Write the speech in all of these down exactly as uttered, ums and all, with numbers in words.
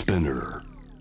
Spinner、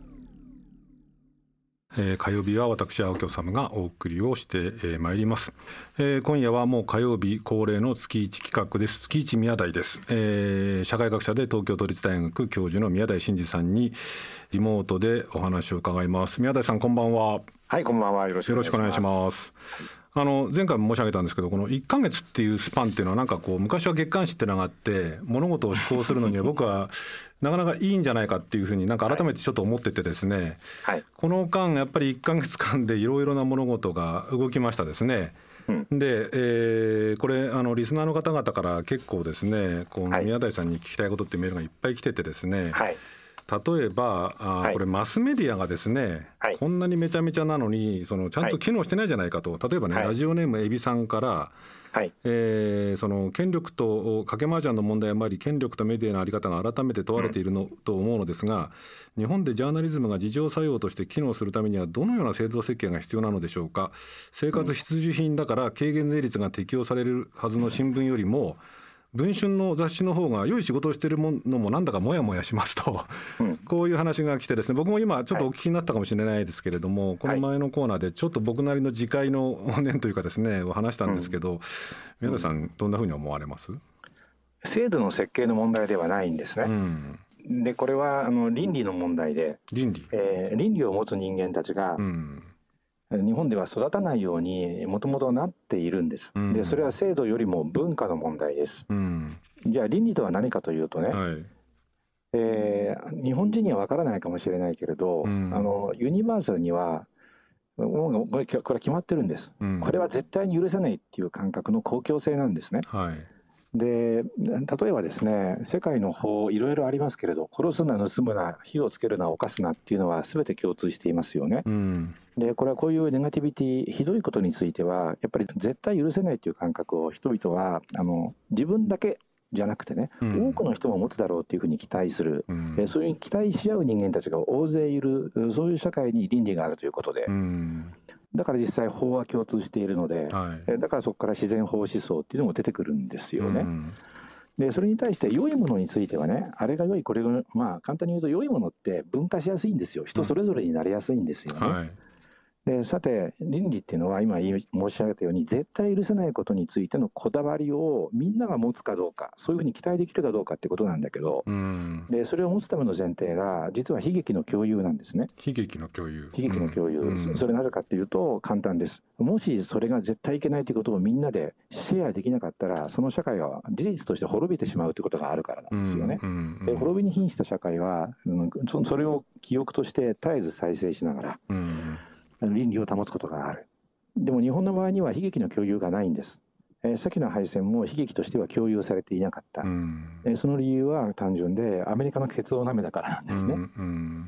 えー、火曜日は私青木治がお送りをしてま、えー、いります、えー、今夜はもう火曜日恒例の月一企画です。月一宮台です、えー、社会学者で東京都立大学教授の宮台真司さんにリモートでお話を伺います。宮台さん、こんばんは。 はい、こんばんは。よろしくお願いします。 あの前回も申し上げたんですけど、このいっかげつっていうスパンっていうのはなんかこう昔は月刊誌ってのがあって物事を思考するのには僕はなかなかいいんじゃないかっていうふうになんか改めてちょっと思っててですね、はい、この間やっぱりいっかげつかんでいろいろな物事が動きましたですね。うん、で、えー、これあのリスナーの方々から結構ですね、この宮台さんに聞きたいことってメールがいっぱい来ててですね、はい、例えばあ、はい、これマスメディアがですね、はい、こんなにめちゃめちゃなのにそのちゃんと機能してないじゃないかと、例えばね、はい、ラジオネームエビさんから、はいえー、その権力と賭け麻雀の問題もあり、権力とメディアの在り方が改めて問われているの、うん、と思うのですが、日本でジャーナリズムが自浄作用として機能するためにはどのような制度設計が必要なのでしょうか。生活必需品だから軽減税率が適用されるはずの新聞よりも文春の雑誌の方が良い仕事をしているのもなんだかモヤモヤしますと、うん、こういう話が来てですね、僕も今ちょっとお聞きになったかもしれないですけれども、はい、この前のコーナーでちょっと僕なりの自戒の念というかですねを話したんですけど、うん、宮台さんどんなふうに思われます？ 制度の設計の問題ではないんですね、うん、でこれはあの倫理の問題で、 倫理、 えー、倫理を持つ人間たちが、うん日本では育たないようにもともとなっているんです、うん、でそれは制度よりも文化の問題です、うん、じゃあ倫理とは何かというとね、はいえー、日本人には分からないかもしれないけれど、うん、あのユニバーサルにはもうこれ、これは決まってるんです、うん、これは絶対に許せないっていう感覚の公共性なんですね、はいで例えばですね、世界の法いろいろありますけれど、殺すな、盗むな、火をつけるな、犯すなっていうのは全て共通していますよね、うん、でこれはこういうネガティビティ、ひどいことについてはやっぱり絶対許せないという感覚を人々はあの自分だけじゃなくてね、うん、多くの人も持つだろうというふうに期待する、うん、そういう期待し合う人間たちが大勢いる、そういう社会に倫理があるということで、うんだから実際法は共通しているので、はい、だからそこから自然法思想っていうのも出てくるんですよね、うん、でそれに対して良いものについてはね、あれが良いこれがまあ簡単に言うと良いものって分化しやすいんですよ。人それぞれになりやすいんですよね、うんはいでさて倫理っていうのは今申し上げたように絶対許せないことについてのこだわりをみんなが持つかどうか、そういうふうに期待できるかどうかってことなんだけど、うん、でそれを持つための前提が実は悲劇の共有なんですね。 悲劇の共有悲劇の共有、うん、それなぜかっていうと簡単です。もしそれが絶対いけないということをみんなでシェアできなかったら、その社会は事実として滅びてしまうということがあるからなんですよね、うんうんうん、で滅びに瀕した社会は、うん、そ, それを記憶として絶えず再生しながら、うん倫理を保つことがある。でも日本の場合には悲劇の共有がないんです、えー、先の敗戦も悲劇としては共有されていなかった、うんえー、その理由は単純でアメリカのケツを舐めたからなんですね、うんうん、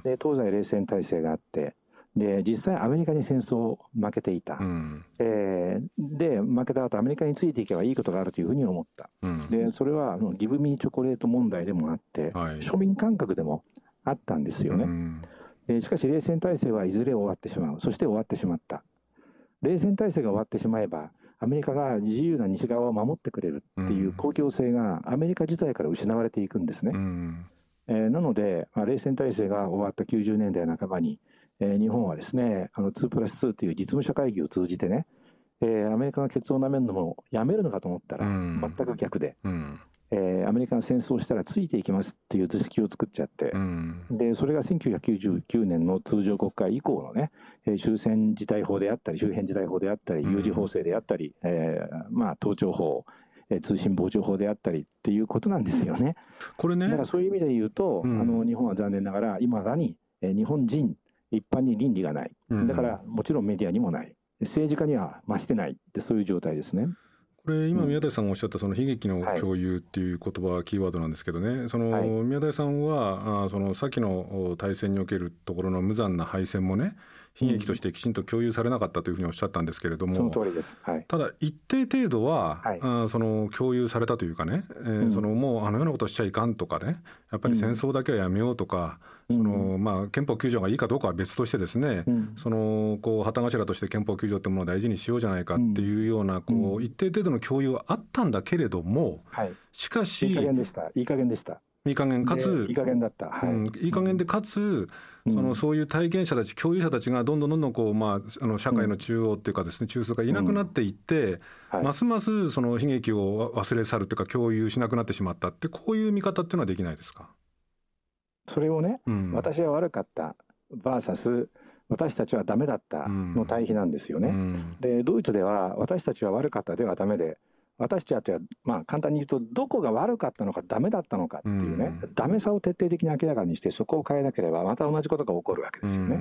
で東西冷戦体制があってで実際アメリカに戦争を負けていた、うんえー、で負けた後アメリカについていけばいいことがあるというふうに思った、うん、でそれはギブミーチョコレート問題でもあって、はい、庶民感覚でもあったんですよね、うんしかし冷戦体制はいずれ終わってしまう。そして終わってしまった。冷戦体制が終わってしまえばアメリカが自由な西側を守ってくれるっていう公共性がアメリカ自体から失われていくんですね、うんえー、なので、まあ、冷戦体制が終わったきゅうじゅうねんだいなかばに、えー、日本はですねあのツープラスツーという実務者会議を通じてね、えー、アメリカがケツを舐めるのもやめるのかと思ったら全く逆で、うんうんえー、アメリカが戦争したらついていきますっていう図式を作っちゃって、うん、でそれがせんきゅうひゃくきゅうじゅうきゅうねんの通常国会以降のね、えー、終戦事態法であったり周辺事態法であったり有事法制であったり、うんえー、まあ盗聴法、えー、通信傍聴法であったりっていうことなんですよね。これねだからそういう意味で言うと、うん、あの日本は残念ながら今だに、えー、日本人一般に倫理がない、うん、だからもちろんメディアにもない、政治家には増してないってそういう状態ですね。 これ今宮台さんがおっしゃったその悲劇の共有っていう言葉はキーワードなんですけどね、その宮台さんはあその先の大戦におけるところの無残な敗戦もね悲劇としてきちんと共有されなかったというふうにおっしゃったんですけれども、 その通りです、はい、 ただ一定程度は、はい、あその共有されたというかね、えーうん、そのもうあのようなことしちゃいかんとかね、やっぱり戦争だけはやめようとか、うん、そのまあ、憲法きゅうじょうがいいかどうかは別としてですね、うん、そのこう旗頭として憲法きゅうじょうってものを大事にしようじゃないかっていうようなこう、うん、一定程度の共有はあったんだけれども、はい、しかしいい加減でしたいい加減でしたいい加減かついい加減だった、はい、 うん、いい加減でかつ、うん、そのそういう体験者たち共有者たちがどんどんどんどんこう、まあ、あの社会の中央っていうかですね、中枢がいなくなっていって、うんはい、ますますその悲劇を忘れ去るというか共有しなくなってしまったって、こういう見方っていうのはできないですか？ それをね、うん、私は悪かったバーサス私たちはダメだったの対比なんですよね、うん、でドイツでは私たちは悪かったではダメで、私たちは、まあ、簡単に言うとどこが悪かったのかダメだったのかっていうね、うん、ダメさを徹底的に明らかにしてそこを変えなければまた同じことが起こるわけですよね、うん、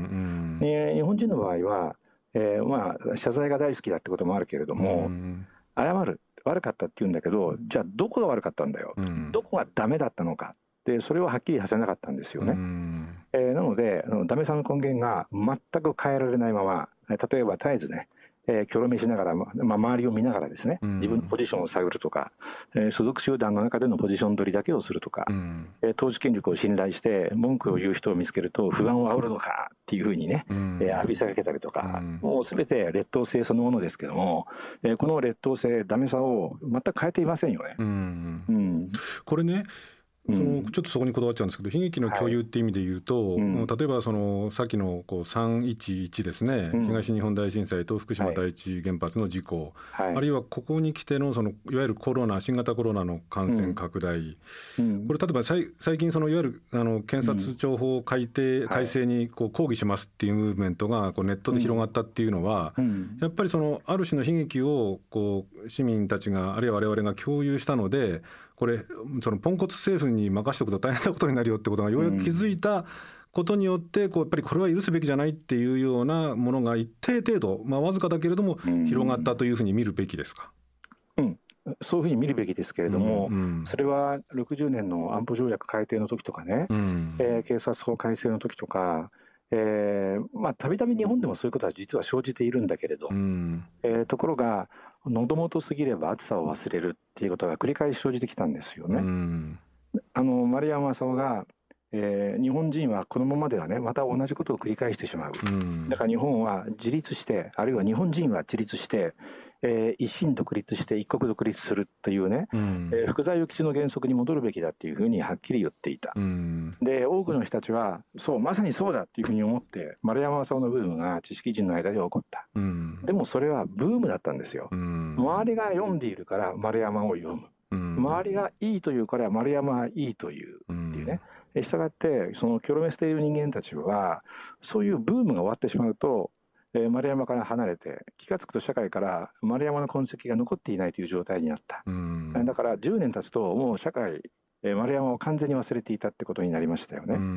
で日本人の場合は、えーまあ、謝罪が大好きだってこともあるけれども、うん、謝る悪かったって言うんだけど、じゃあどこが悪かったんだよ、うん、どこがダメだったのかで、それをはっきりさせなかったんですよね、うんえー、なのでダメさの根源が全く変えられないまま、例えば絶えずねえー、キョロ目しながら、まあ、周りを見ながらですね、自分のポジションを探るとか、えー、所属集団の中でのポジション取りだけをするとか、うんえー、統治権力を信頼して文句を言う人を見つけると不安を煽るのかっていうふうにね、うんえー、浴びせかけたりとか、うん、もう全て劣等生そのものですけども、えー、この劣等生ダメさを全く変えていませんよね、うんうん、これねそのちょっとそこにこだわっちゃうんですけど、悲劇の共有っていう意味で言うと、はいうん、例えばそのさっきのこうさんいちいちですね、うん、東日本大震災と福島第一原発の事故、はい、あるいはここに来てのそのいわゆるコロナ新型コロナの感染拡大、うん、これ例えば最近そのいわゆるあの検察庁法改定、改正にこう抗議しますっていうムーブメントがこうネットで広がったっていうのは、やっぱりそのある種の悲劇をこう市民たちがあるいは我々が共有したので、これそのポンコツ政府に任しておくと大変なことになるよってことがようやく気づいたことによって、こうやっぱりこれは許すべきじゃないっていうようなものが一定程度、まあ、わずかだけれども広がったというふうに見るべきですか？ うん、そういうふうに見るべきですけれども、うんうん、それはろくじゅうねんの安保条約改定の時とかね、うんえー、警察法改正の時とか、えー、まあたびたび日本でもそういうことは実は生じているんだけれど、うんえー、ところが喉元すぎれば暑さを忘れるっていうことが繰り返し生じてきたんですよね、うん、あの丸山正雄が、えー、日本人はこのままではねまた同じことを繰り返してしまう、うん、だから日本は自立してあるいは日本人は自立してえー、一心独立して一国独立するというね、うんえー、福沢諭吉の原則に戻るべきだっていうふうにはっきり言っていた、うん、で多くの人たちはそうまさにそうだっていうふうに思って丸山正雄のブームが知識人の間で起こった、うん、でもそれはブームだったんですよ、うん、周りが読んでいるから丸山を読む、うん、周りがいいというから丸山はいいというっていうね、うん、したがってそのキョロメしている人間たちはそういうブームが終わってしまうと丸山から離れて気がつくと社会から丸山の痕跡が残っていないという状態になった、うん、だからじゅうねん経つともう社会丸山を完全に忘れていたってことになりましたよね、うん、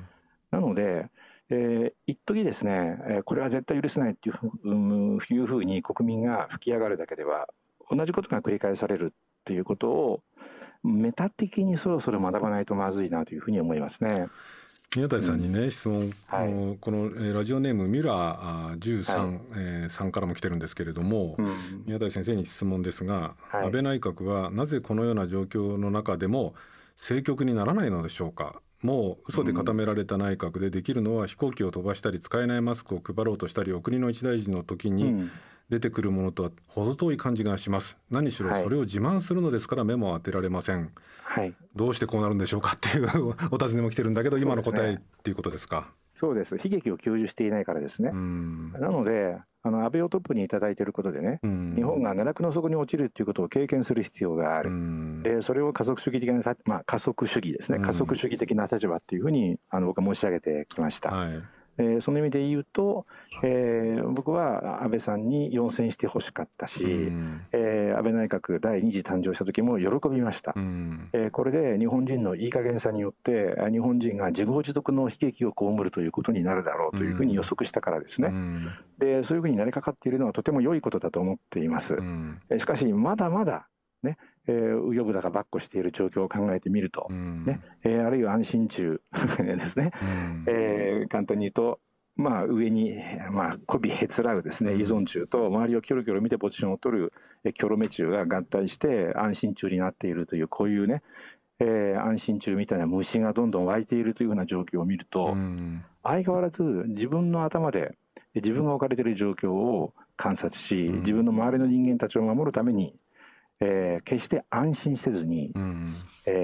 なので、えー、一時ですねこれは絶対許せないっていうふう、うん、いうふうに国民が吹き上がるだけでは同じことが繰り返されるっていうことをメタ的にそろそろ学ばないとまずいなというふうに思いますね。 宮台さんにね、うん、質問、はい、このラジオネームミュラーじゅうさん、はいえー、さんからも来てるんですけれども、うん、宮台先生に質問ですが、はい、安倍内閣はなぜこのような状況の中でも政局にならないのでしょうか。もう嘘で固められた内閣でできるのは飛行機を飛ばしたり使えないマスクを配ろうとしたりお国の一大事の時に出てくるものとは程遠い感じがします。何しろそれを自慢するのですから目も当てられません、はい、どうしてこうなるんでしょうかっていうお尋ねも来てるんだけど、今の答えっていうことですか。 そうです。悲劇を享受していないからですね。うんなのであの安倍をトップにいただいていることでね、日本が奈落の底に落ちるということを経験する必要がある。でそれを加速主義的な、まあ、加速主義ですね、加速主義的な立場っていうふうにあの僕は申し上げてきました、はいえー、その意味で言うと、えー、僕は安倍さんに要選してほしかったし、うんえー、安倍内閣だいに次誕生した時も喜びました、うんえー、これで日本人のいい加減さによって日本人が自業自得の悲劇を被るということになるだろうというふうに予測したからですね、うん、でそういうふうになりかかっているのはとても良いことだと思っています、うん、しかしまだまだねえー、右翼だかばっこしている状況を考えてみると、うんねえー、あるいは安心中ですね、うんえー、簡単に言うと、まあ、上に、まあ、媚びへつらうですね依存中と周りをキョロキョロ見てポジションを取るキョロメ中が合体して安心中になっているというこういうね、えー、安心中みたいな虫がどんどん湧いているというような状況を見ると、うん、相変わらず自分の頭で自分が置かれている状況を観察し、自分の周りの人間たちを守るためにえー、決して安心せずに、うんえー、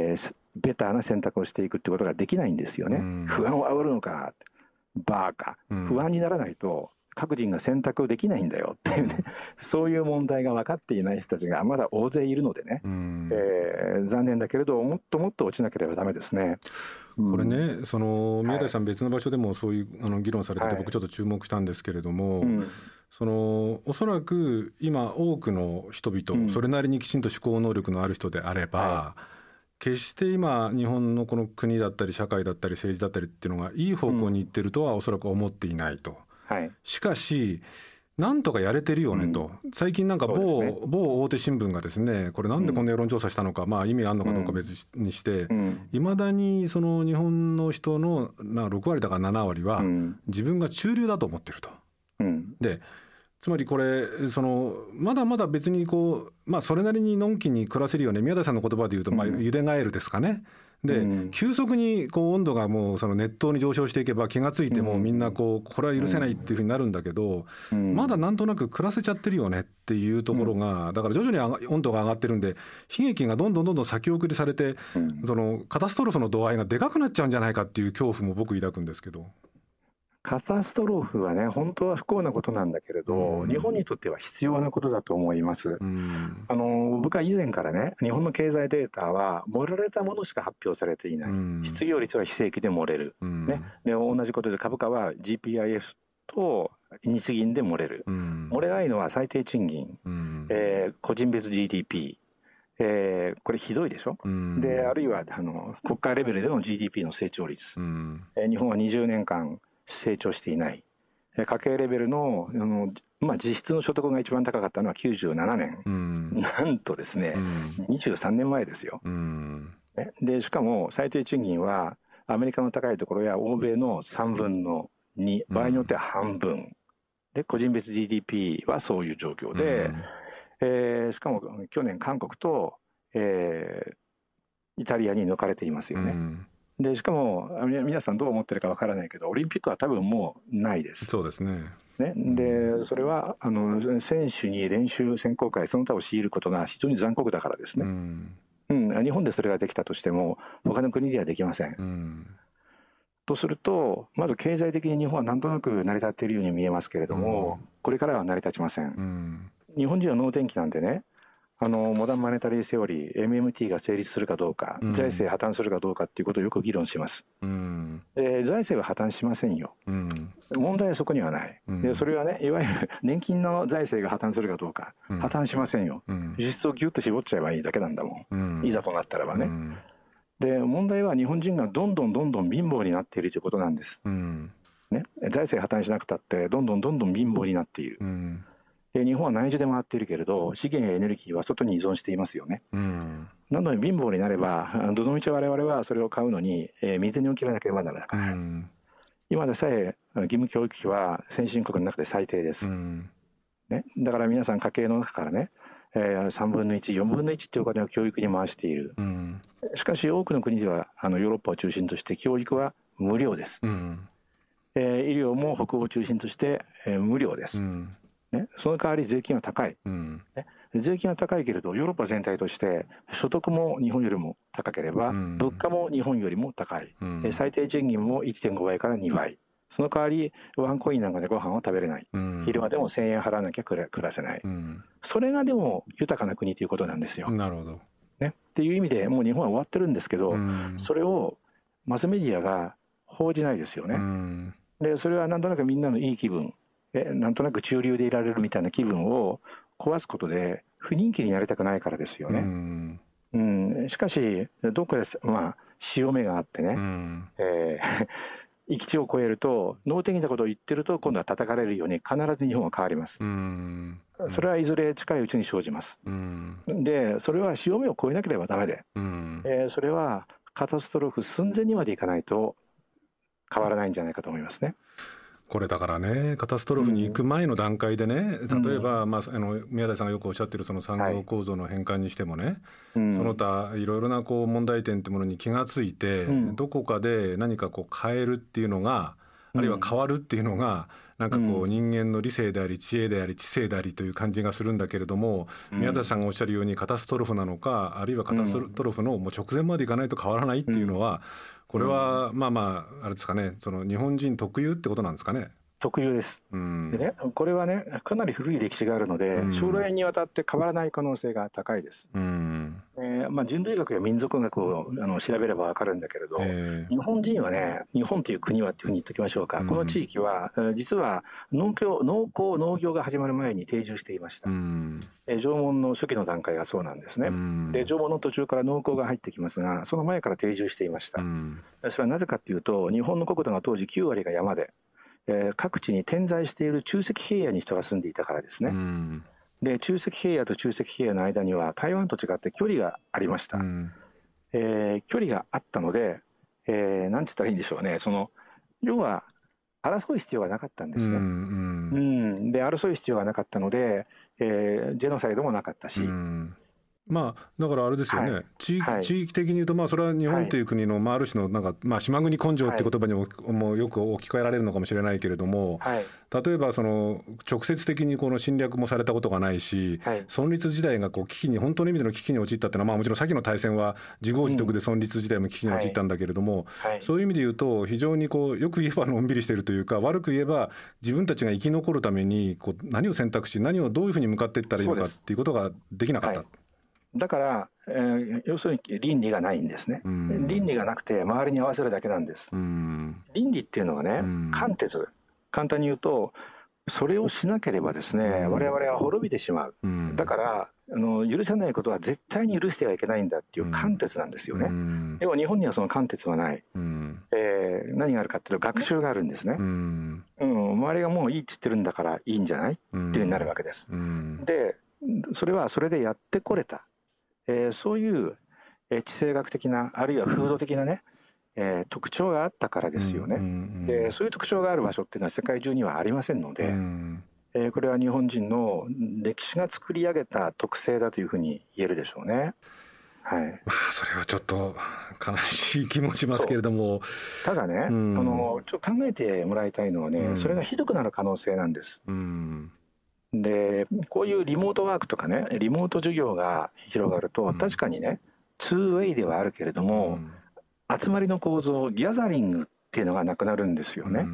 ベターな選択をしていくってことができないんですよね。うん、不安を煽るのか、バーカ、うん、不安にならないと各人が選択できないんだよっていうね、そういう問題が分かっていない人たちがまだ大勢いるのでね、うん、えー、残念だけれどもっともっと落ちなければダメですね。 これね、その宮台さん別の場所でもそういうあの議論されてて、僕ちょっと注目したんですけれども、はい、うん、そのおそらく今多くの人々、うん、それなりにきちんと思考能力のある人であれば、はい、決して今日本のこの国だったり社会だったり政治だったりっていうのがいい方向に行ってるとはおそらく思っていないと、うん、はい、しかしなんとかやれてるよねと、うん、最近なんか 某,、ね、某大手新聞がですね、これなんでこんな世論調査したのか、うん、まあ意味あるのかどうか別にしていま、うん、だにその日本の人のろくわりだかななわりは自分が中流だと思ってると、うん、でつまりこれそのまだまだ別にこう、まあ、それなりにのんきに暮らせるよね、宮台さんの言葉で言うと、まあ、ゆでガエルですかね。で、うん、急速にこう温度がもうその熱湯に上昇していけば気がついてもみんなこうこれは許せないっていうふうになるんだけど、うん、まだなんとなく暮らせちゃってるよねっていうところが、だから徐々に温度が上がってるんで悲劇がどんどんどんどん先送りされて、うん、そのカタストロフの度合いがでかくなっちゃうんじゃないかっていう恐怖も僕抱くんですけど。 カタストロフはね、本当は不幸なことなんだけれど、うん、日本にとっては必要なことだと思います。うん、あの僕は以前からね、日本の経済データは盛られたものしか発表されていない、うん、失業率は非正規で漏れる、うんね、で同じことで株価は ジーピーアイエフ と日銀で漏れる、うん、漏れないのは最低賃金、うんえー、個人別 ジーディーピー、えー、これひどいでしょ、うん、であるいはあの国家レベルでの ジーディーピー の成長率、うんえー、日本はにじゅうねんかん成長していない。家計レベル の, あの、まあ、実質の所得が一番高かったのはきゅうじゅうななねん、うん、なんとですね、うん、にじゅうさんねんまえですよ、うん、でしかも最低賃金はアメリカの高いところや欧米のさんぶんのに、場合によっては半分、うん、で個人別 ジーディーピー はそういう状況で、うんえー、しかも去年韓国と、えー、イタリアに抜かれていますよね、うんでしかも皆さんどう思ってるかわからないけどオリンピックは多分もうないです。 そうですね。 ねでそれはあの選手に練習選考会その他を強いることが非常に残酷だからですね、うんうん、日本でそれができたとしても他の国ではできません、うん、とするとまず経済的に日本はなんとなく成り立っているように見えますけれども、うん、これからは成り立ちません、うん、日本人は能天気なんでね、あのモダンマネタリーセオリー エムエムティー が成立するかどうか、うん、財政破綻するかどうかっていうことをよく議論します、うん、で財政は破綻しませんよ、うん、問題はそこにはない、うん、でそれはねいわゆる年金の財政が破綻するかどうか、うん、破綻しませんよ、うん、輸出をギュッと絞っちゃえばいいだけなんだもん、うん、いざとなったらばね、うん、で問題は日本人がどんどんどんどん貧乏になっているということなんです、うんね、財政破綻しなくたってどんどんどんどん貧乏になっている、うんで日本は内需で回っているけれど資源やエネルギーは外に依存していますよね、うん、なので貧乏になればどのみち我々はそれを買うのに、えー、水に置きなければならない、うん、今でさえ義務教育費は先進国の中で最低です、うんね、だから皆さん家計の中からね、えー、さんぶんのいち、よんぶんのいちっていうお金を教育に回している、うん、しかし多くの国ではあのヨーロッパを中心として教育は無料です、うんえー、医療も北欧を中心として、えー、無料です、うんね、その代わり税金は高い、うんね、税金は高いけれどヨーロッパ全体として所得も日本よりも高ければ、うん、物価も日本よりも高い、うん、最低賃金も いってんごばいからにばい、その代わりワンコインなんかでご飯を食べれない、うん、昼間でもせんえん払わなきゃ暮らせない、うん、それがでも豊かな国ということなんですよ。 なるほど、 ね、っていう意味でもう日本は終わってるんですけど、うん、それをマスメディアが報じないですよね、うん、でそれはなんとなくみんなのいい気分、えなんとなく中流でいられるみたいな気分を壊すことで不人気になりたくないからですよね、うんうん、しかしどこで、まあ、潮目があってね、うんえー、域地を超えると能天気なことを言ってると今度は叩かれるように必ず日本は変わります、うんうん、それはいずれ近いうちに生じます、うん、でそれは潮目を超えなければダメで、うんえー、それはカタストロフ寸前にまでいかないと変わらないんじゃないかと思いますね。 これだからね、カタストロフに行く前の段階でね、うん、例えば、まあ、あの宮台さんがよくおっしゃってるその産業構造の変換にしてもね、はい、その他いろいろなこう問題点ってものに気がついて、うん、どこかで何かこう変えるっていうのが、あるいは変わるっていうのが、 なんかこう人間の理性であり知恵であり知性でありという感じがするんだけれども、うん、宮田さんがおっしゃるようにカタストロフなのか、あるいはカタストロフのもう直前までいかないと変わらないっていうのは、これはまあまああれですかね、その日本人特有ってことなんですかね。 特有です、うん、でね、これはねかなり古い歴史があるので、うん、将来にわたって変わらない可能性が高いです、うんえーまあ、人類学や民族学をあの調べれば分かるんだけれど、えー、日本人はね、日本という国はっていうふうに言っておきましょうか、うん、この地域は実は農業農耕農業が始まる前に定住していました、うんえー、縄文の初期の段階がそうなんですね、うん、で縄文の途中から農耕が入ってきますが、その前から定住していました、うん、それはなぜかというと、日本の国土が当時きゅう割が山で、えー、各地に点在している中石平野に人が住んでいたからですね、うん、で中石平野と中石平野の間には台湾と違って距離がありました、うんえー、距離があったので、えー、なんて言ったらいいんでしょうね、その要は争う必要がなかったんですね、うんうんうん、で争う必要がなかったので、えー、ジェノサイドもなかったし、うんまあ、だからあれですよね、はい、地域、はい、地域的に言うと、まあ、それは日本という国の、まあ、ある種のなんか、まあ、島国根性って言葉にも、はい、もうよく置き換えられるのかもしれないけれども、はい、例えばその直接的にこの侵略もされたことがないし、はい、存立時代がこう危機に本当の意味での危機に陥ったっていうのは、まあ、もちろん先の大戦は自業自得で存立時代も危機に陥ったんだけれども、うんはい、そういう意味で言うと非常にこうよく言えばのんびりしているというか、悪く言えば自分たちが生き残るためにこう何を選択し、何をどういうふうに向かっていったらいいのかっていうことができなかった。 だから、えー、要するに倫理がないんですね、うん、倫理がなくて周りに合わせるだけなんです、うん、倫理っていうのはね、うん、貫徹、簡単に言うとそれをしなければですね、うん、我々は滅びてしまう、うん、だからあの許せないことは絶対に許してはいけないんだっていう貫徹なんですよね、うん、でも日本にはその貫徹はない、うんえー、何があるかっていうと学習があるんですね、うんうん、周りがもういいって言ってるんだからいいんじゃないっていうふうになるわけです、うん、でそれはそれでやってこれた、えー、そういう、えー、地政学的なあるいは風土的なね、えー、特徴があったからですよね、うんうんうん、でそういう特徴がある場所っていうのは世界中にはありませんので、うんえー、これは日本人の歴史が作り上げた特性だというふうに言えるでしょうね、はい、 まあそれはちょっと悲しい気もしますけれども、 ただね、うん、あのちょっと考えてもらいたいのはね、うん、それがひどくなる可能性なんです、うんでこういうリモートワークとかね、リモート授業が広がると、確かにね、ツーウェイではあるけれども、うん、集まりの構造、ギャザリングっていうのがなくなるんですよね、うんうん、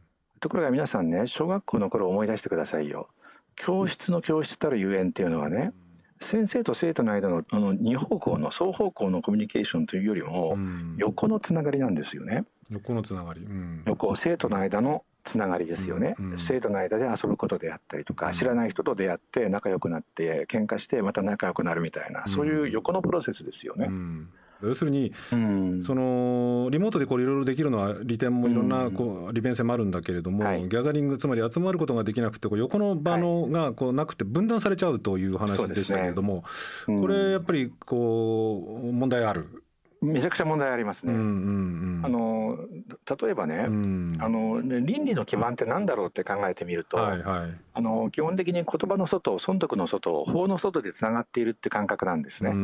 ところが皆さんね、小学校の頃思い出してくださいよ。教室の教室たるゆえんっていうのはね、先生と生徒の間のあの二方向の双方向のコミュニケーションというよりも、横のつながりなんですよね。 横のつながり、うん、 横、生徒の間のつながりですよね、うんうん、生徒の間で遊ぶことであったりとか、うん、知らない人と出会って仲良くなって喧嘩してまた仲良くなるみたいな、そういう横のプロセスですよね、うんうん、要するに、うん、そのリモートでこれいろいろできるのは利点もいろんなこう利便性もあるんだけれども、はい、ギャザリング、つまり集まることができなくてこう横の場のがこうなくて分断されちゃうという話でしたけれども、はいねうん、これやっぱりこう問題ある。 めちゃくちゃ問題ありますね、うんうんうん、あの例えばね、うん、あの倫理の基盤って何だろうって考えてみると、はいはい、あの基本的に言葉の外、損得の外、法の外でつながっているって感覚なんですね、うん、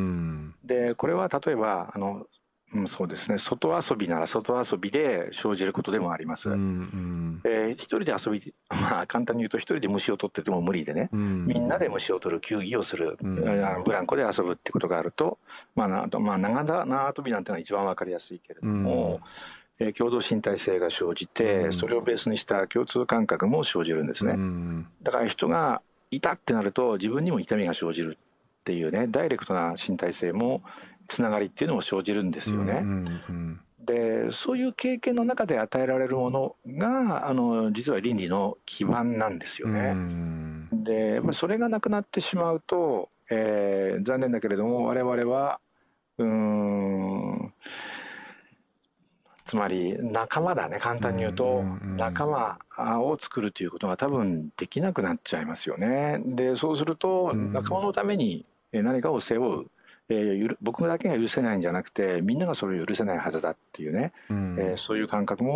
でこれは例えばあのうん、そうですね、外遊びなら外遊びで生じることでもあります、うんうんえー、一人で遊び、まあ簡単に言うと一人で虫を取ってても無理でね、うん、みんなで虫を取る球技をする、うん、ブランコで遊ぶってことがあると、まあ、なまあ長縄跳びなんてのは一番わかりやすいけれども、うんえー、共同身体性が生じて、それをベースにした共通感覚も生じるんですね、うん、だから人がいたってなると自分にも痛みが生じるっていうね、ダイレクトな身体性もつながりっていうのも生じるんですよね、うんうんうん、でそういう経験の中で与えられるものがあの実は倫理の基盤なんですよね、うん、でそれがなくなってしまうと、えー、残念だけれども我々はうーんつまり仲間だね、簡単に言うと、うんうんうん、仲間を作るということが多分できなくなっちゃいますよね。でそうすると仲間のために何かを背負う、えー、僕だけが許せないんじゃなくてみんながそれを許せないはずだっていうね、うんえー、そういう感覚も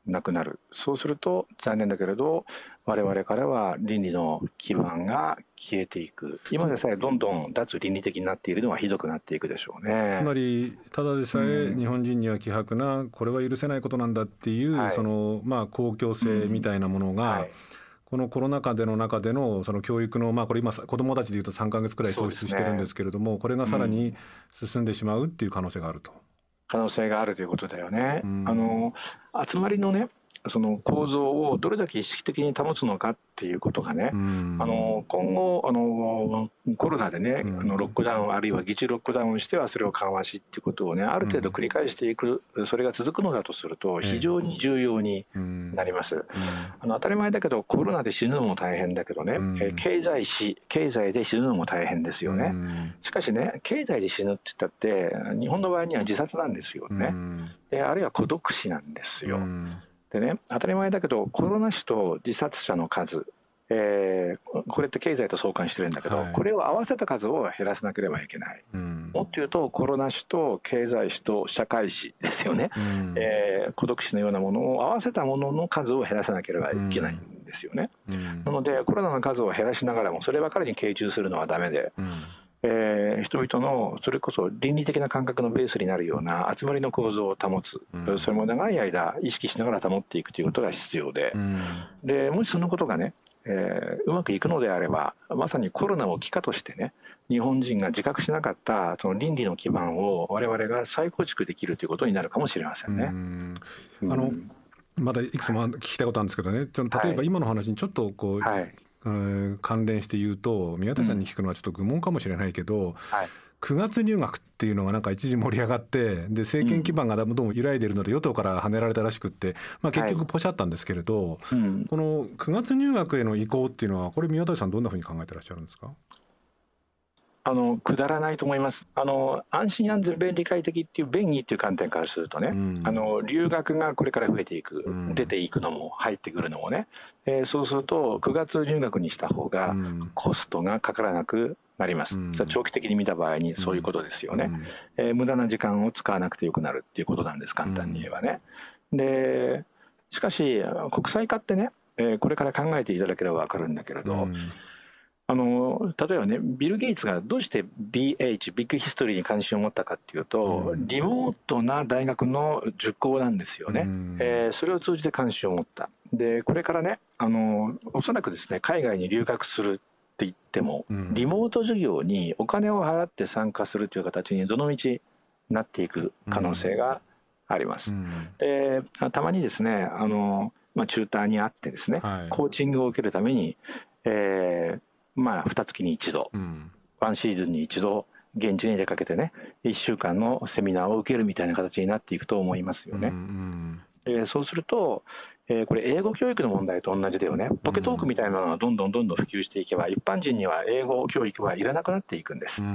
なくなる。そうすると残念だけれど我々からは倫理の基盤が消えていく。今でさえどんどん脱倫理的になっているのはひどくなっていくでしょうね。 つまりただでさえ日本人には希薄なこれは許せないことなんだっていう、うん、そのまあ公共性みたいなものが、うんはい、このコロナ禍での中でのその教育のまあこれ今子どもたちでいうとさんかげつくらい喪失してるんですけれども、ね、これがさらに進んでしまうっていう可能性があると。 可能性があるということだよね。うん、あの集まりのねその構造をどれだけ意識的に保つのかっていうことがね、うん、あの今後あのコロナでね、うん、あのロックダウンあるいは議事ロックダウンしてはそれを緩和しっていうことをねある程度繰り返していく、うん、それが続くのだとすると非常に重要になります、うん、あの当たり前だけどコロナで死ぬのも大変だけどね、うん、え経済死経済で死ぬのも大変ですよね、うん、しかしね経済で死ぬって言ったって日本の場合には自殺なんですよね、うん、であるいは孤独死なんですよ、うんでね、当たり前だけどコロナ死と自殺者の数、えー、これって経済と相関してるんだけど、はい、これを合わせた数を減らさなければいけない、うん、もっと言うとコロナ死と経済死と社会死ですよね、うんえー、孤独死のようなものを合わせたものの数を減らさなければいけないんですよね、うん、なのでコロナの数を減らしながらもそればかりに傾注するのはダメで、うんえー、人々のそれこそ倫理的な感覚のベースになるような集まりの構造を保つ、うん、それも長い間意識しながら保っていくということが必要で、うん、でもしそのことがね、えー、うまくいくのであればまさにコロナを機会としてね日本人が自覚しなかったその倫理の基盤を我々が再構築できるということになるかもしれませんね。うんうん、あのまだいくつも聞きたいことあるんですけどね、例えば今の話にちょっとこう、はいはい関連して言うと宮田さんに聞くのはちょっと愚問かもしれないけど、うんはい、くがつ入学っていうのがなんか一時盛り上がってで政権基盤がどうも揺らいでいるので与党から跳ねられたらしくって、まあ、結局ポシャったんですけれど、はいうん、このくがつ入学への移行っていうのはこれ宮田さんどんなふうに考えてらっしゃるんですか？ あのくだらないと思います。あの安心安全便利快適っていう便宜っていう観点からするとね、うん、あの留学がこれから増えていく、うん、出ていくのも入ってくるのもね、えー、そうするとくがつ入学にした方がコストがかからなくなります、うん、長期的に見た場合にそういうことですよね、うんえー、無駄な時間を使わなくてよくなるっていうことなんです、簡単に言えばね、うん、でしかし国際化ってね、えー、これから考えていただければ分かるんだけれど、うんあの例えばねビル・ゲイツがどうして ビーエイチ ビッグヒストリーに関心を持ったかっていうと、うん、リモートな大学の受講なんですよね、うんえー、それを通じて関心を持った。でこれからねあのおそらくですね海外に留学するって言っても、うん、リモート授業にお金を払って参加するという形にどのみちなっていく可能性があります、うん、でたまにですねあの、まあ、チューターに会ってですね、はい、コーチングを受けるために、えーまあ、にがつに一度、うん、ワンシーズンに一度現地に出かけてねいっしゅうかんのセミナーを受けるみたいな形になっていくと思いますよね、うんうん、えー、そうすると、えー、これ英語教育の問題と同じだよね。ポケトークみたいなのがどんどんどんどん普及していけば一般人には英語教育はいらなくなっていくんです。わ、うん、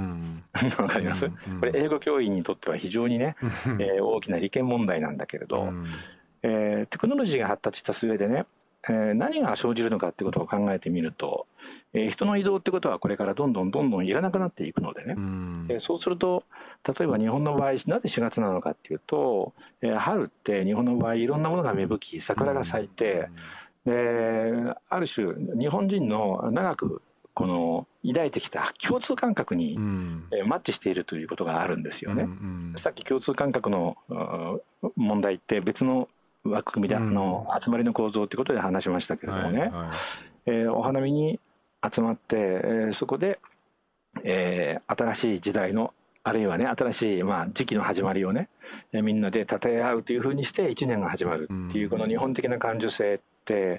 かります、うんうん、これ英語教員にとっては非常にね、えー、大きな利権問題なんだけれど、うん、えー、テクノロジーが発達した末でねえー、何が生じるのかってことを考えてみると、えー、人の移動ってことはこれからどんどんどんどんいらなくなっていくのでね、うんえー、そうすると例えば日本の場合なぜしがつなのかっていうと、えー、春って日本の場合いろんなものが芽吹き桜が咲いて、うん、である種日本人の長くこの抱いてきた共通感覚に、うんえー、マッチしているということがあるんですよね、うんうん、さっき共通感覚の問題って別の枠組みで、うん、の集まりの構造ということで話しましたけれどもね、はいはいえー、お花見に集まって、えー、そこで、えー、新しい時代のあるいはね新しい、まあ、時期の始まりをね、えー、みんなで称え合うというふうにしていちねんが始まるっていう、うん、この日本的な感受性って、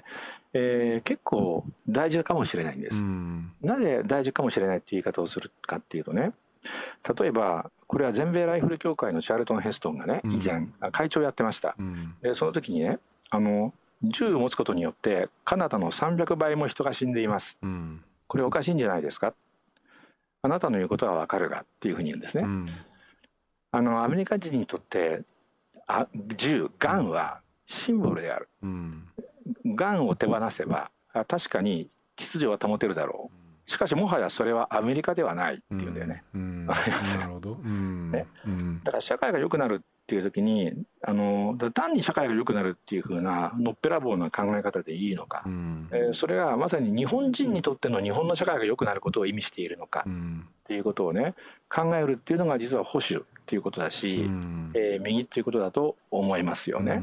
えー、結構大事かもしれないんです、うん、なぜ大事かもしれないって言い方をするかっていうとね例えばこれは全米ライフル協会のチャールトン・ヘストンがね以前、うん、会長をやってました、うん、でその時にねあの銃を持つことによってカナダのさんびゃくばいも人が死んでいます、うん、これおかしいんじゃないですか、あなたの言うことはわかるがっていうふうに言うんですね、うん、あのアメリカ人にとってあ銃ガンはシンボルである、うん、ガンを手放せば確かに秩序は保てるだろう、しかしもはやそれはアメリカではないっていうんだよね。なるほど。ね。だから社会が良くなるっていう時に、あの単に社会が良くなるっていう風なのっぺらぼうな考え方でいいのか、うんえー、それがまさに日本人にとっての日本の社会が良くなることを意味しているのか、うん、っていうことをね考えるっていうのが実は保守っていうことだし、うんえー、右っていうことだと思いますよね。うん、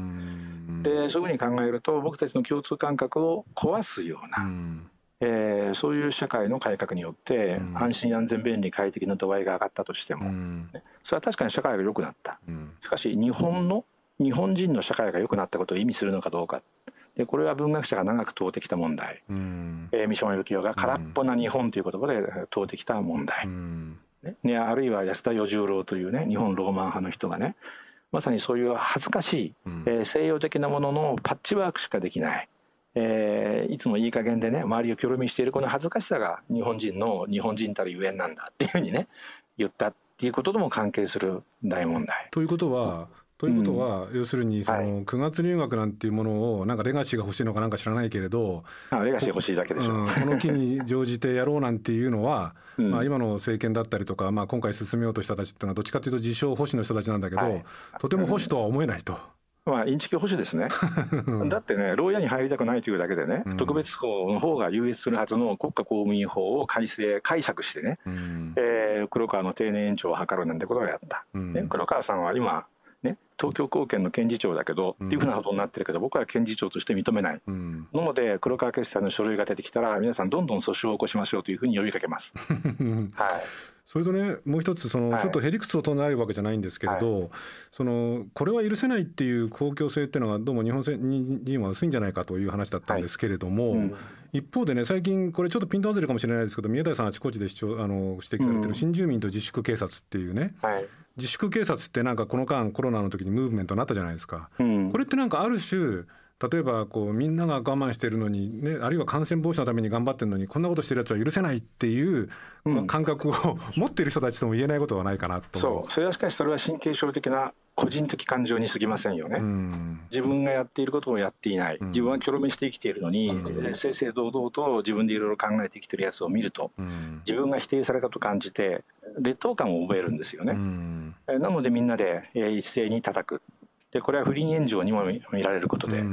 でそういうふうに考えると僕たちの共通感覚を壊すような、うんえー、そういう社会の改革によって安心安全便利快適な度合いが上がったとしても、うんね、それは確かに社会が良くなった、うん、しかし日本の日本人の社会が良くなったことを意味するのかどうかでこれは文学者が長く問うてきた問題、うんえー、三島由紀夫が空っぽな日本という言葉で問うてきた問題、うんね、あるいは安田与十郎というね日本ローマン派の人がねまさにそういう恥ずかしい、うんえー、西洋的なもののパッチワークしかできないえー、いつもいい加減でね周りをきょろみしているこの恥ずかしさが日本人の日本人たるゆえんなんだっていうふうにね言ったっていうこととも関係する大問題。 ということはということは、うん、要するにそのくがつ入学なんていうものをなんかレガシーが欲しいのかなんか知らないけれどあレガシー欲しいだけでしょ、うん、 この機に乗じてやろうなんていうのは、うんまあ、今の政権だったりとか、まあ、今回進めようとした人たちっていうのはどっちかというと自称保守の人たちなんだけど、はい、とても保守とは思えないと。 まあ、インチキ保守ですねだってね牢屋に入りたくないというだけでね、うん、特別法の方が優越するはずの国家公務員法を改正解釈してね、うんえー、黒川の定年延長を図るなんてことをやった、うんね、黒川さんは今、ね、東京高検の検事長だけど、うん、っていうふうなことになってるけど僕は検事長として認めない、うん、なので黒川決裁の書類が出てきたら皆さんどんどん訴訟を起こしましょうというふうに呼びかけますはいそれとねもう一つそのちょっとへりくつを唱えるわけじゃないんですけれど、はい、そのこれは許せないっていう公共性っていうのがどうも日本人は薄いんじゃないかという話だったんですけれども、はいうん、一方でね最近これちょっとピント外れかもしれないですけど宮台さんあちこちで主張あの指摘されてる新住民と自粛警察っていうね、うんはい、自粛警察ってなんかこの間コロナの時にムーブメントになったじゃないですか、うん、これってなんかある種例えばこうみんなが我慢してるのに、ね、あるいは感染防止のために頑張ってるのにこんなことしてるやつは許せないっていう感覚を持ってる人たちとも言えないことはないかなと思う。 そうそれはしかしそれは神経症的な個人的感情に過ぎませんよね、うん、自分がやっていることをやっていない、うん、自分はきょろめして生きているのに、うん、正々堂々と自分でいろいろ考えて生きてるやつを見ると、うん、自分が否定されたと感じて劣等感を覚えるんですよね、うん、なのでみんなで一斉に叩くでこれは不倫炎上にも見られることで、うん、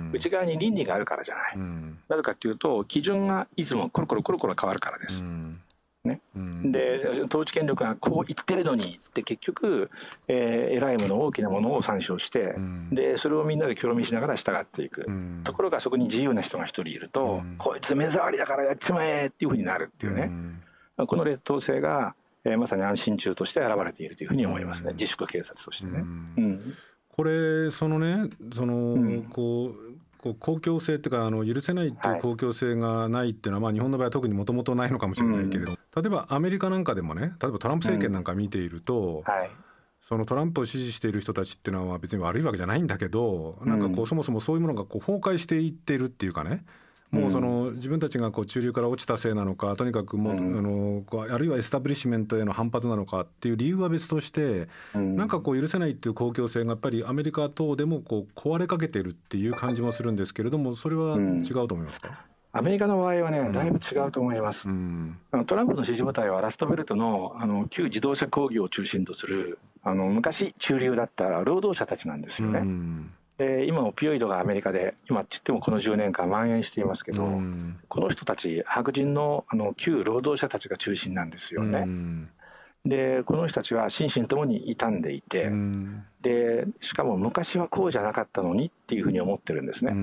内側に倫理があるからじゃない、うん、なぜかというと基準がいつもコロコロコロコロ変わるからです、うんねうん、で統治権力がこう言ってるのにって結局、えー、偉いもの大きなものを参照して、うん、でそれをみんなできょろみしながら従っていく、うん、ところがそこに自由な人が一人いると、うん、こいつ目障りだからやっちまえっていうふうになるっていうね、うん、この劣等性が、えー、まさに安心中として現れているというふうに思いますね、うん、自粛警察としてね、うんうんこれそのねその、うん、こうこう公共性っていうかあの許せないっていう公共性がないっていうのは、はいまあ、日本の場合は特にもともとないのかもしれないけれど、うん、例えばアメリカなんかでもね例えばトランプ政権なんか見ていると、うんはい、そのトランプを支持している人たちっていうのは別に悪いわけじゃないんだけど、うん、なんかこうそもそもそういうものがこう崩壊していってるっていうかねもうその自分たちがこう中流から落ちたせいなのかとにかくもう、うん、あのこうあるいはエスタブリッシュメントへの反発なのかっていう理由は別として、うん、なんかこう許せないっていう公共性がやっぱりアメリカ等でもこう壊れかけてるっていう感じもするんですけれどもそれは違うと思いますか、うん、 アメリカの場合はねだいぶ違うと思います、うん、あのトランプの支持母体はラストベルト の, あの旧自動車工業を中心とするあの昔中流だった労働者たちなんですよね、うんで今オピオイドがアメリカで今って言ってもこのじゅうねんかん蔓延していますけど、うん、この人たち白人 の, あの旧労働者たちが中心なんですよね、うん、でこの人たちは心身ともに傷んでいて、うん、でしかも昔はこうじゃなかったのにっていうふうに思ってるんですね、うん、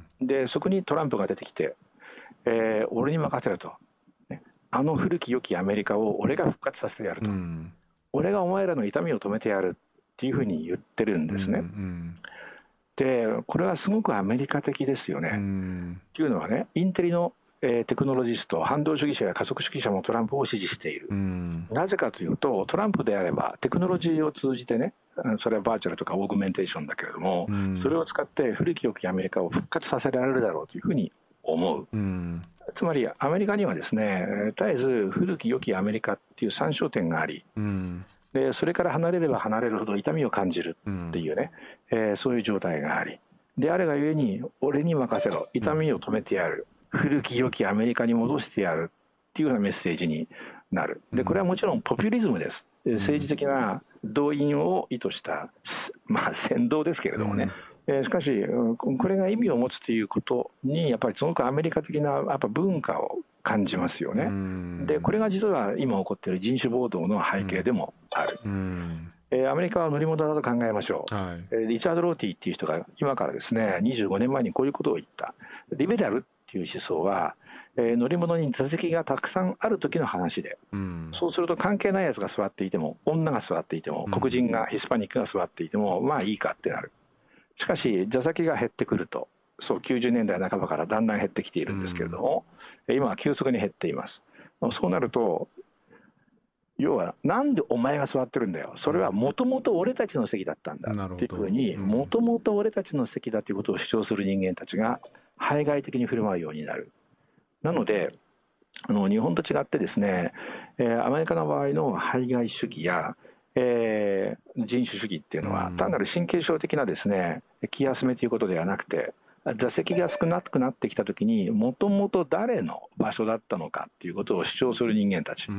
でそこにトランプが出てきて、えー、俺に任せると、ね、あの古き良きアメリカを俺が復活させてやると、うん、俺がお前らの痛みを止めてやるっていうふうに言ってるんですね、うんうんでこれはすごくアメリカ的ですよね。っていうのはねインテリの、えー、テクノロジスト反動主義者や加速主義者もトランプを支持している。なぜかというとトランプであればテクノロジーを通じてねそれはバーチャルとかオーグメンテーションだけれどもそれを使って古き良きアメリカを復活させられるだろうというふうに思う。つまりアメリカにはですね絶えず古き良きアメリカっていう参照点がありでそれから離れれば離れるほど痛みを感じるっていうね、うんえー、そういう状態がありであれがゆえに俺に任せろ痛みを止めてやる、うん、古き良きアメリカに戻してやるっていうようなメッセージになる。でこれはもちろんポピュリズムです。政治的な動員を意図した、まあ、扇動ですけれどもね、うん、えー、しかしこれが意味を持つということにやっぱりすごくアメリカ的なやっぱ文化を感じますよね。うん、でこれが実は今起こっている人種暴動の背景でもある。うんうん、えー、アメリカは乗り物だと考えましょう、はい、えー、リチャード・ローティっていう人が今からですねにじゅうごねんまえにこういうことを言った。リベラルっていう思想は、えー、乗り物に座席がたくさんある時の話で、うん、そうすると関係ないやつが座っていても、女が座っていても、黒人がヒスパニックが座っていても、まあいいかってなる。しかし座席が減ってくると、そうきゅうじゅうねんだいなかばからだんだん減ってきているんですけれども、うん、今は急速に減っています。そうなると要はなんでお前が座ってるんだよ、それはもともと俺たちの席だったんだっていうふうに、もともと俺たちの席だということを主張する人間たちが排外的に振る舞うようになる。なのであの日本と違ってですね、えー、アメリカの場合の排外主義や、えー、人種主義っていうのは単なる神経症的なですね気休めということではなくて、座席が少なくなってきたときにもともと誰の場所だったのかっていうことを主張する人間たち、うん、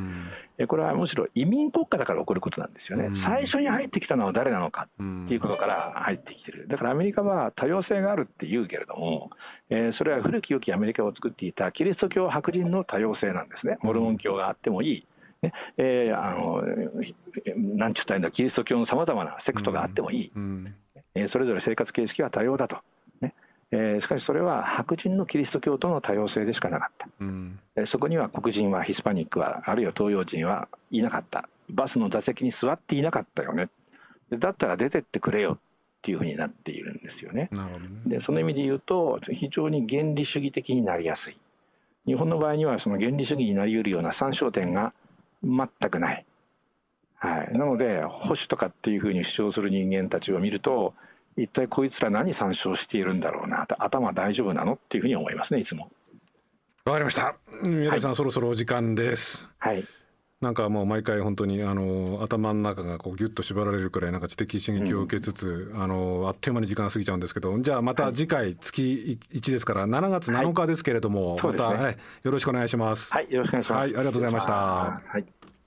これはむしろ移民国家だから起こることなんですよね、うん、最初に入ってきたのは誰なのかっていうことから入ってきてる。だからアメリカは多様性があるって言うけれども、えー、それは古き良きアメリカを作っていたキリスト教白人の多様性なんですね。モルモン教があってもいい、ねえー、あのなんちゅったらいいんだ、キリスト教のさまざまなセクトがあってもいい、うんうんえー、それぞれ生活形式は多様だと。えー、しかしそれは白人のキリスト教徒の多様性でしかなかった、うん、そこには黒人はヒスパニックはあるいは東洋人はいなかった。バスの座席に座っていなかったよね。だったら出てってくれよっていうふうになっているんですよね。なるほどね。でその意味で言うと非常に原理主義的になりやすい。日本の場合にはその原理主義になり得るような参照点が全くない、はい、なので保守とかっていうふうに主張する人間たちを見ると一体こいつら何参照しているんだろうなと、頭大丈夫なのっていうふうに思いますね、いつも。 わかりました。宮田さん、はい、そろそろお時間です。 はい。 なんかもう毎回本当にあの頭の中がこうギュッと縛られるくらいなんか知的刺激を受けつつ、うん、あのあっという間に時間が過ぎちゃうんですけど、じゃあまた次回月いちですからしちがつなのかですけれども、はい、また、ねはい、よろしくお願いします。 はい、よろしくお願いします。 はい、ありがとうございました。はい。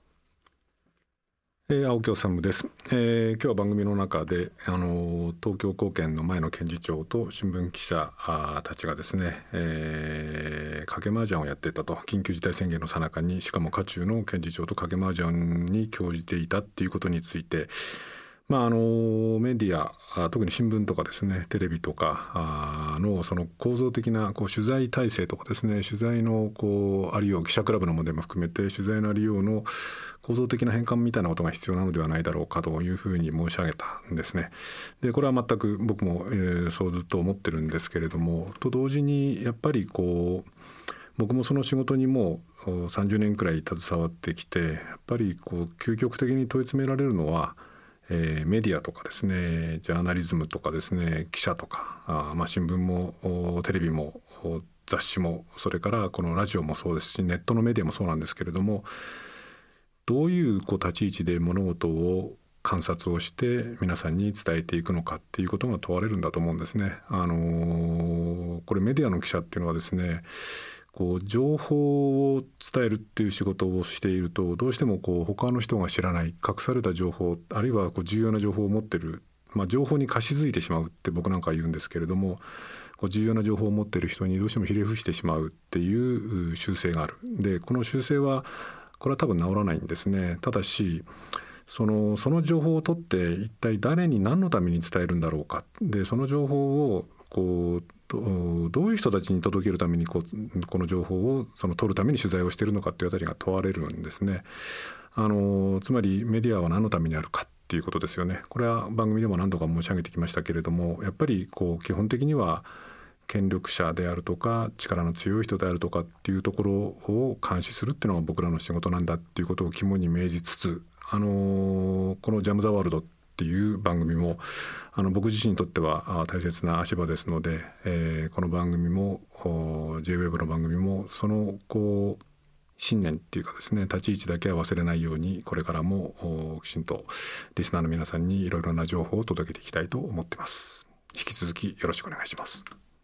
えー、青木治です、えー、今日は番組の中であの東京高検の前の検事長と新聞記者たちがですね、えー、賭け麻雀をやっていたと、緊急事態宣言の最中にしかも渦中の検事長と賭け麻雀に興じていたっていうことについて、まあ、あのメディア特に新聞とかですねテレビとかのその構造的なこう取材体制とかですね取材のこうありよう記者クラブの問題も含めて取材のありようの構造的な変換みたいなことが必要なのではないだろうかというふうに申し上げたんですね。でこれは全く僕も、えー、そうずっと思ってるんですけれども、と同時にやっぱりこう僕もその仕事にもうさんじゅうねんくらい携わってきて、やっぱりこう究極的に問い詰められるのはえー、メディアとかですねジャーナリズムとかですね記者とかあ、まあ、新聞もテレビも雑誌もそれからこのラジオもそうですしネットのメディアもそうなんですけれども、どういうこう立ち位置で物事を観察をして皆さんに伝えていくのかっていうことが問われるんだと思うんですね。あのー、これメディアの記者っていうのはですねこう情報を伝えるっていう仕事をしているとどうしてもこう他の人が知らない隠された情報あるいはこう重要な情報を持ってる、まあ、情報に貸し付いてしまうって僕なんかは言うんですけれども、こう重要な情報を持っている人にどうしてもひれ伏してしまうっていう習性がある。でこの習性はこれは多分治らないんですね。ただしその、その情報を取って一体誰に何のために伝えるんだろうか。でその情報をこうどういう人たちに届けるためにこうこの情報をその取るために取材をしているのかというあたりが問われるんですね。あのつまりメディアは何のためにあるかっていうことですよね。これは番組でも何度か申し上げてきましたけれども、やっぱりこう基本的には権力者であるとか力の強い人であるとかっていうところを監視するっていうのが僕らの仕事なんだっていうことを肝に銘じつつ、あのこのジャム・ザ・ワールドっていう番組もあの僕自身にとっては大切な足場ですので、えー、この番組も ジェイウェブ の番組もそのこう信念っていうかですね立ち位置だけは忘れないようにこれからもきちんとリスナーの皆さんにいろいろな情報を届けていきたいと思っています。引き続きよろしくお願いします。